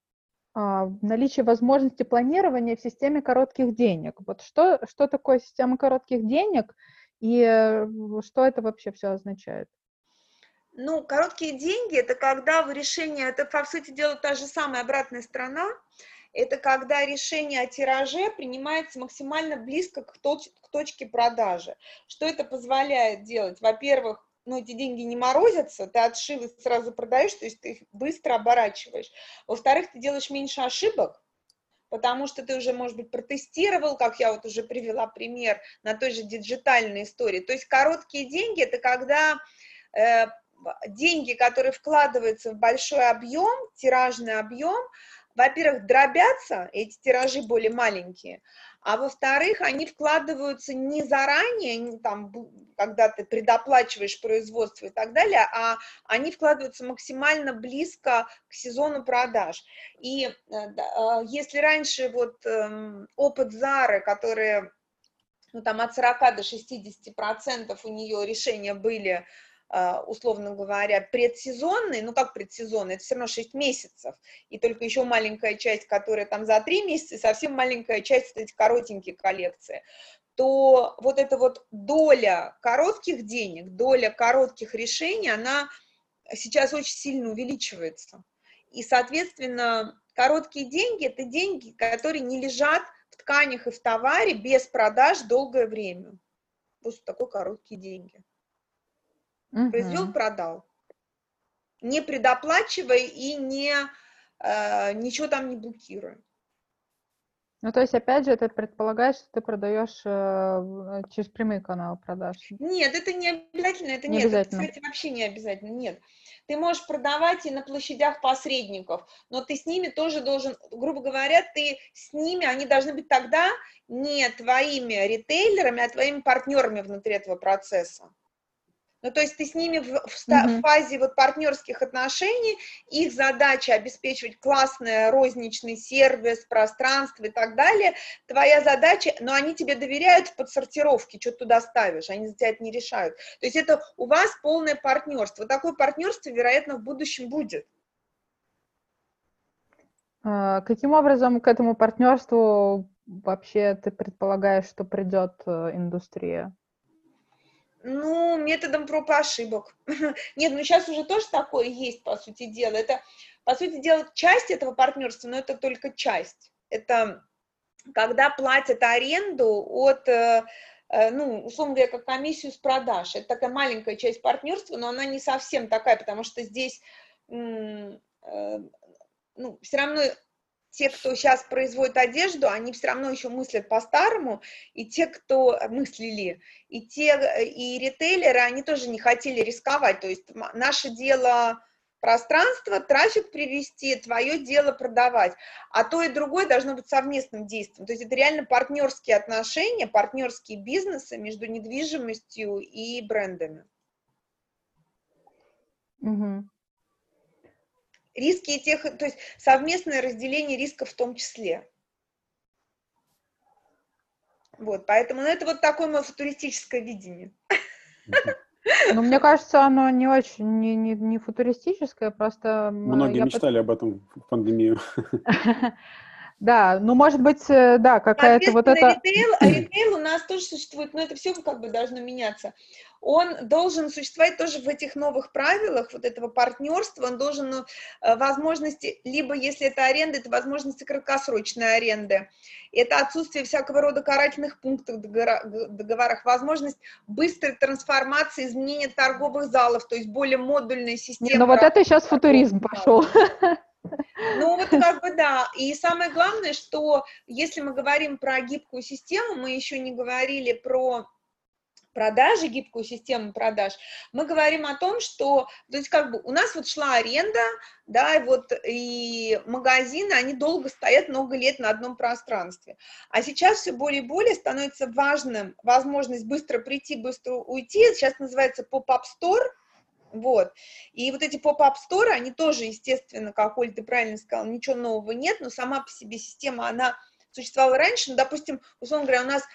наличие возможности планирования в системе коротких денег. Вот что такое система коротких денег и что это вообще все означает? Ну, короткие деньги – это когда это, по сути дела, та же самая обратная сторона, это когда решение о тираже принимается максимально близко к точке продажи. Что это позволяет делать? Во-первых, эти деньги не морозятся, ты отшил и сразу продаешь, то есть ты их быстро оборачиваешь. Во-вторых, ты делаешь меньше ошибок, потому что ты уже, может быть, протестировал, как я вот уже привела пример на той же диджитальной истории. То есть короткие деньги – это когда деньги, которые вкладываются в большой объем, тиражный объем, во-первых, дробятся, эти тиражи более маленькие, а во-вторых, они вкладываются не заранее, когда ты предоплачиваешь производство и так далее, а они вкладываются максимально близко к сезону продаж. И если раньше опыт Зары, которые от 40 до 60% у нее решения были, условно говоря, предсезонные, как предсезонные, это все равно 6 месяцев, и только еще маленькая часть, которая там за 3 месяца, и совсем маленькая часть, эти коротенькие коллекции, то вот эта вот доля коротких денег, доля коротких решений, она сейчас очень сильно увеличивается. И, соответственно, короткие деньги – это деньги, которые не лежат в тканях и в товаре без продаж долгое время. Вот что такое короткие деньги. Произвел, продал. Не предоплачивая и ничего там не блокируя. Ну, то есть, опять же, это предполагает, что ты продаешь через прямые каналы продаж. Нет, это не обязательно. Это нет, это, кстати, вообще не обязательно. Нет. Ты можешь продавать и на площадях посредников, но ты с ними тоже должен, грубо говоря, они должны быть тогда не твоими ритейлерами, а твоими партнерами внутри этого процесса. Ну, то есть ты с ними в фазе вот партнерских отношений, их задача обеспечивать классный розничный сервис, пространство и так далее. Твоя задача, но они тебе доверяют в подсортировке, что ты туда ставишь, они за тебя это не решают. То есть это у вас полное партнерство. Такое партнерство, вероятно, в будущем будет. Каким образом к этому партнерству вообще ты предполагаешь, что придет индустрия? Ну, методом проб и ошибок. Нет, ну сейчас уже тоже такое есть, по сути дела. Это, по сути дела, часть этого партнерства, но это только часть. Это когда платят аренду от, ну, условно говоря, как комиссию с продаж. Это такая маленькая часть партнерства, но она не совсем такая, потому что здесь, ну, все равно те, кто сейчас производит одежду, они все равно еще мыслят по-старому, и те, кто мыслили, и ритейлеры, они тоже не хотели рисковать, то есть наше дело пространство, трафик привести, твое дело продавать, а то и другое должно быть совместным действием, то есть это реально партнерские отношения, партнерские бизнесы между недвижимостью и брендами. Угу. Риски тех, то есть совместное разделение рисков в том числе. Вот, поэтому, ну, это вот такое мое футуристическое видение. Ну, мне кажется, оно не очень, не футуристическое, просто... Многие мечтали об этом в пандемию. Да, ну, может быть, да, какая-то вот эта... ритейл у нас тоже существует, но это все как бы должно меняться. Он должен существовать тоже в этих новых правилах, вот этого партнерства, он должен, возможности, либо если это аренда, это возможности краткосрочной аренды, это отсутствие всякого рода карательных пунктов в договорах, возможность быстрой трансформации, изменения торговых залов, то есть более модульная система. Ну, вот это сейчас футуризм пошел. Ну, вот как бы да. И самое главное, что если мы говорим про гибкую систему, мы еще не говорили про продажи, гибкую систему продаж, мы говорим о том, что, то есть как бы у нас вот шла аренда, да, и вот и магазины, они долго стоят много лет на одном пространстве, а сейчас все более и более становится важным возможность быстро прийти, быстро уйти, сейчас называется pop-up store. Вот. И вот эти поп-ап сторы, они тоже, естественно, как Оль, ты правильно сказала, ничего нового нет, но сама по себе система, она существовала раньше. Ну, допустим, условно говоря, у нас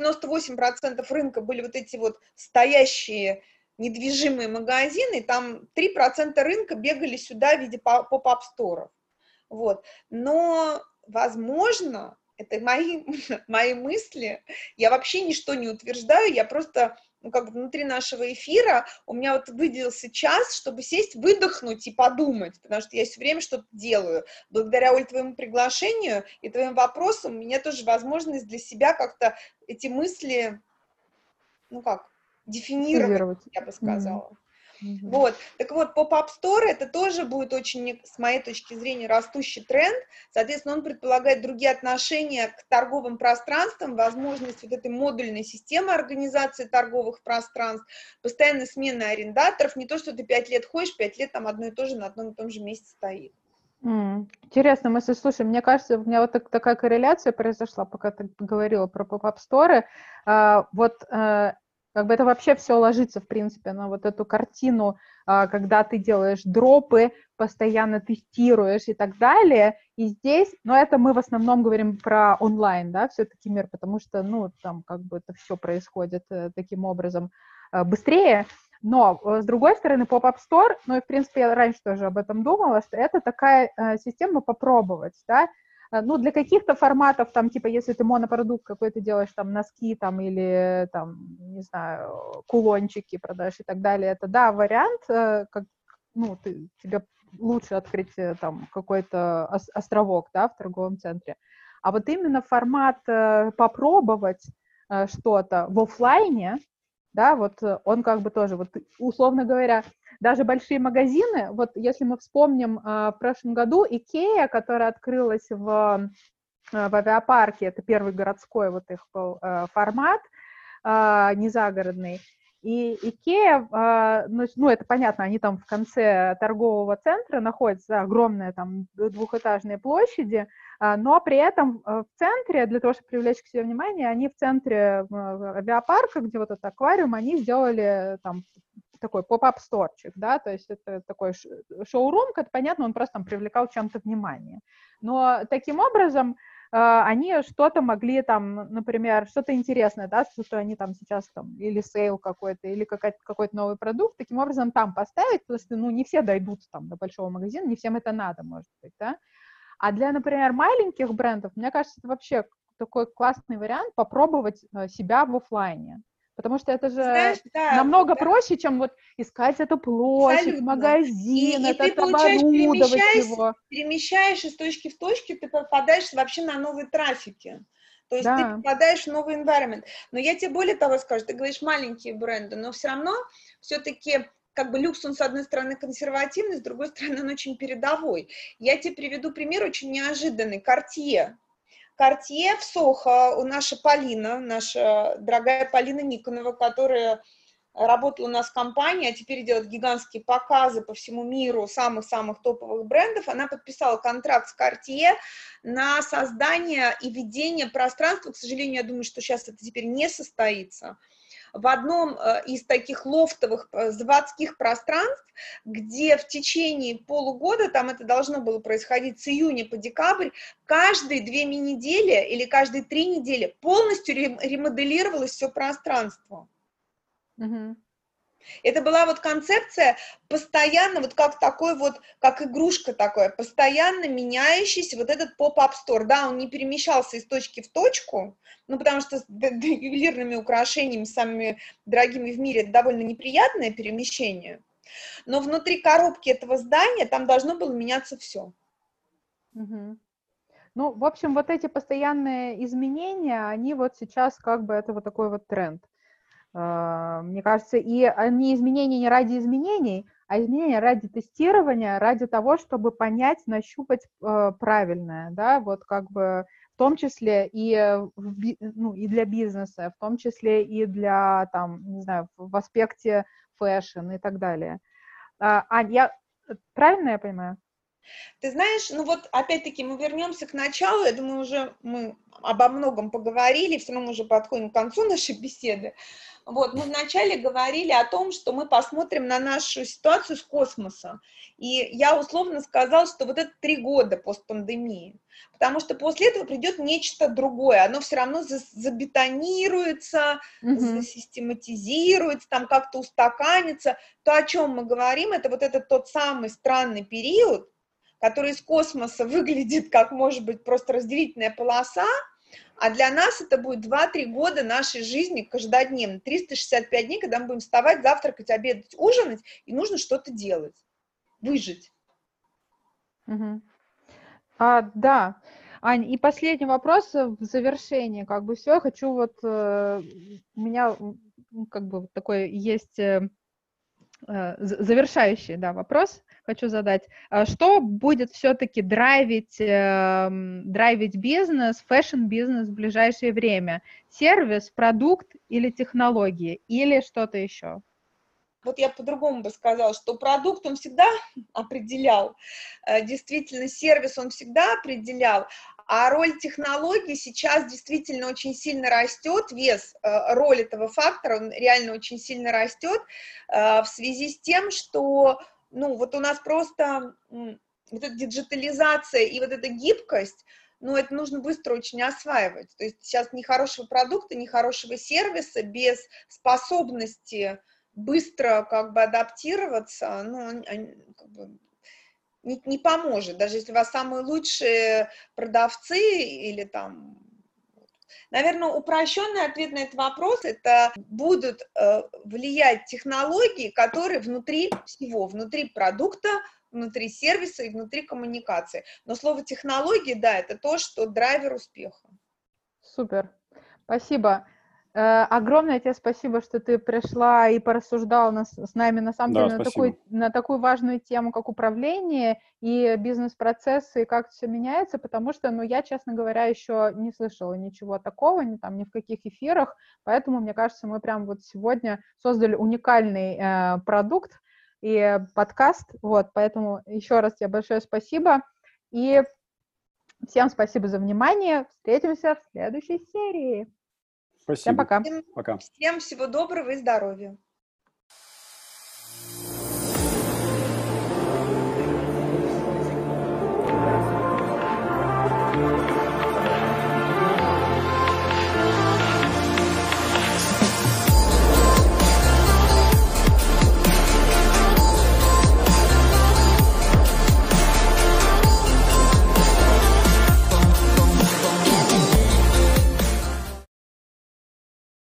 98% рынка были вот эти вот стоящие недвижимые магазины, там 3% рынка бегали сюда в виде поп-ап сторов. Вот. Но, возможно, это мои мысли, я вообще ничто не утверждаю, я просто... Ну, как бы внутри нашего эфира у меня вот выделился час, чтобы сесть, выдохнуть и подумать, потому что я все время что-то делаю. Благодаря, Оль, твоему приглашению и твоим вопросам у меня тоже возможность для себя как-то эти мысли, ну как, дефинировать, я бы сказала. Вот, так вот, поп-ап store это тоже будет очень, с моей точки зрения, растущий тренд, соответственно, он предполагает другие отношения к торговым пространствам, возможность вот этой модульной системы организации торговых пространств, постоянная смена арендаторов, не то, что ты 5 лет ходишь, 5 лет там одно и то же на одном и том же месте стоит. Интересно, мысль, слушай, мне кажется, у меня вот такая корреляция произошла, пока ты говорила про поп-ап сторы, как бы это вообще все ложится, в принципе, на вот эту картину, когда ты делаешь дропы, постоянно тестируешь и так далее. И здесь, но это мы в основном говорим про онлайн, да, все-таки мир, потому что, ну, там как бы это все происходит таким образом быстрее. Но, с другой стороны, Pop-Up Store, ну и, в принципе, я раньше тоже об этом думала, что это такая система попробовать, да, ну, для каких-то форматов, там, типа, если ты монопродукт какой-то делаешь, там, носки, там, или, там, не знаю, кулончики продаешь и так далее, это, да, вариант, как, ну, тебе лучше открыть, там, какой-то островок, да, в торговом центре. А вот именно формат попробовать что-то в офлайне, да, вот он как бы тоже, вот, условно говоря, даже большие магазины, вот если мы вспомним в прошлом году Икея, которая открылась в авиапарке, это первый городской вот их был формат, не загородный, и Икея, ну, это понятно, они там в конце торгового центра находятся, огромные там двухэтажные площади, но при этом в центре, для того, чтобы привлечь к себе внимание, они в центре авиапарка, где вот этот аквариум, они сделали там такой поп-ап-сторчик, да, то есть это такой шоурум, это понятно, он просто там привлекал чем-то внимание. Но таким образом они что-то могли там, например, что-то интересное, да, что они там сейчас там, или сейл какой-то, или какой-то новый продукт, таким образом там поставить, потому что, ну, не все дойдут там до большого магазина, не всем это надо, может быть, да. А для, например, маленьких брендов, мне кажется, это вообще такой классный вариант попробовать себя в офлайне. Потому что это же Знаешь, да, намного да, проще, чем вот искать эту площадь, абсолютно. магазин, И ты, этот получаешь, оборудовать его. перемещаешь из точки в точку, ты попадаешь вообще на новые трафики. То есть ты Да. попадаешь в новый environment. Но я тебе более того скажу, ты говоришь маленькие бренды, но все равно все-таки как бы люкс, он с одной стороны консервативный, с другой стороны он очень передовой. Я тебе приведу пример очень неожиданный. Cartier. Cartier в Сохо, у наша Полина, наша дорогая Полина Никонова, которая работала у нас в компании, а теперь делает гигантские показы по всему миру самых-самых топовых брендов, она подписала контракт с Cartier на создание и ведение пространства. К сожалению, я думаю, что сейчас это теперь не состоится. В одном из таких лофтовых заводских пространств, где в течение полугода, там это должно было происходить с июня по декабрь, каждые 2 недели или каждые 3 недели полностью ремоделировалось все пространство. Угу. Это была вот концепция постоянно, вот как такой вот, как игрушка такое, постоянно меняющийся вот этот поп-ап стор. Да, он не перемещался из точки в точку, ну, потому что с ювелирными украшениями, самыми дорогими в мире, это довольно неприятное перемещение. Но внутри коробки этого здания там должно было меняться все. Угу. Ну, в общем, вот эти постоянные изменения, они вот сейчас как бы это вот такой вот тренд. Мне кажется, и они изменения не ради изменений, а изменения ради тестирования, ради того, чтобы понять, нащупать правильное, да, вот как бы в том числе и, ну, и для бизнеса, в том числе и для, там, не знаю, в аспекте фэшн и так далее. Ань, правильно я понимаю? Ты знаешь, ну вот опять-таки мы вернемся к началу, я думаю, уже мы обо многом поговорили, все равно мы уже подходим к концу нашей беседы. Вот, мы вначале говорили о том, что мы посмотрим на нашу ситуацию с космоса. И я условно сказала, что вот это 3 года постпандемии. Потому что после этого придет нечто другое. Оно все равно забетонируется, засистематизируется, там как-то устаканится. То, о чем мы говорим, это вот этот тот самый странный период, который из космоса выглядит как, может быть, просто разделительная полоса, а для нас это будет 2-3 года нашей жизни каждодневно, 365 дней, когда мы будем вставать, завтракать, обедать, ужинать, и нужно что-то делать, выжить. Да. Ань, и последний вопрос в завершении, как бы все, я хочу вот, у меня как бы такой есть завершающий, да, вопрос хочу задать. Что будет все-таки драйвить бизнес, фэшн-бизнес в ближайшее время? Сервис, продукт или технологии, или что-то еще? Вот я по-другому бы сказала, что продукт он всегда определял, действительно, сервис он всегда определял, а роль технологий сейчас действительно очень сильно растет, вес, роль этого фактора, он реально очень сильно растет в связи с тем, что, ну, вот у нас просто вот эта диджитализация и вот эта гибкость, ну, это нужно быстро очень осваивать. То есть сейчас ни хорошего продукта, ни хорошего сервиса без способности быстро как бы адаптироваться, ну, как бы не поможет, даже если у вас самые лучшие продавцы или там... Наверное, упрощенный ответ на этот вопрос – это будут влиять технологии, которые внутри всего, внутри продукта, внутри сервиса и внутри коммуникации. Но слово технологии, да, это то, что драйвер успеха. Супер, спасибо. Огромное тебе спасибо, что ты пришла и порассуждала с нами, на самом деле, на такую важную тему, как управление и бизнес-процессы, и как все меняется, потому что, ну, я, честно говоря, еще не слышала ничего такого, ни в каких эфирах, поэтому, мне кажется, мы прям вот сегодня создали уникальный продукт и подкаст, вот, поэтому еще раз тебе большое спасибо, и всем спасибо за внимание, встретимся в следующей серии. Спасибо. Всем пока. Всем всего доброго и здоровья.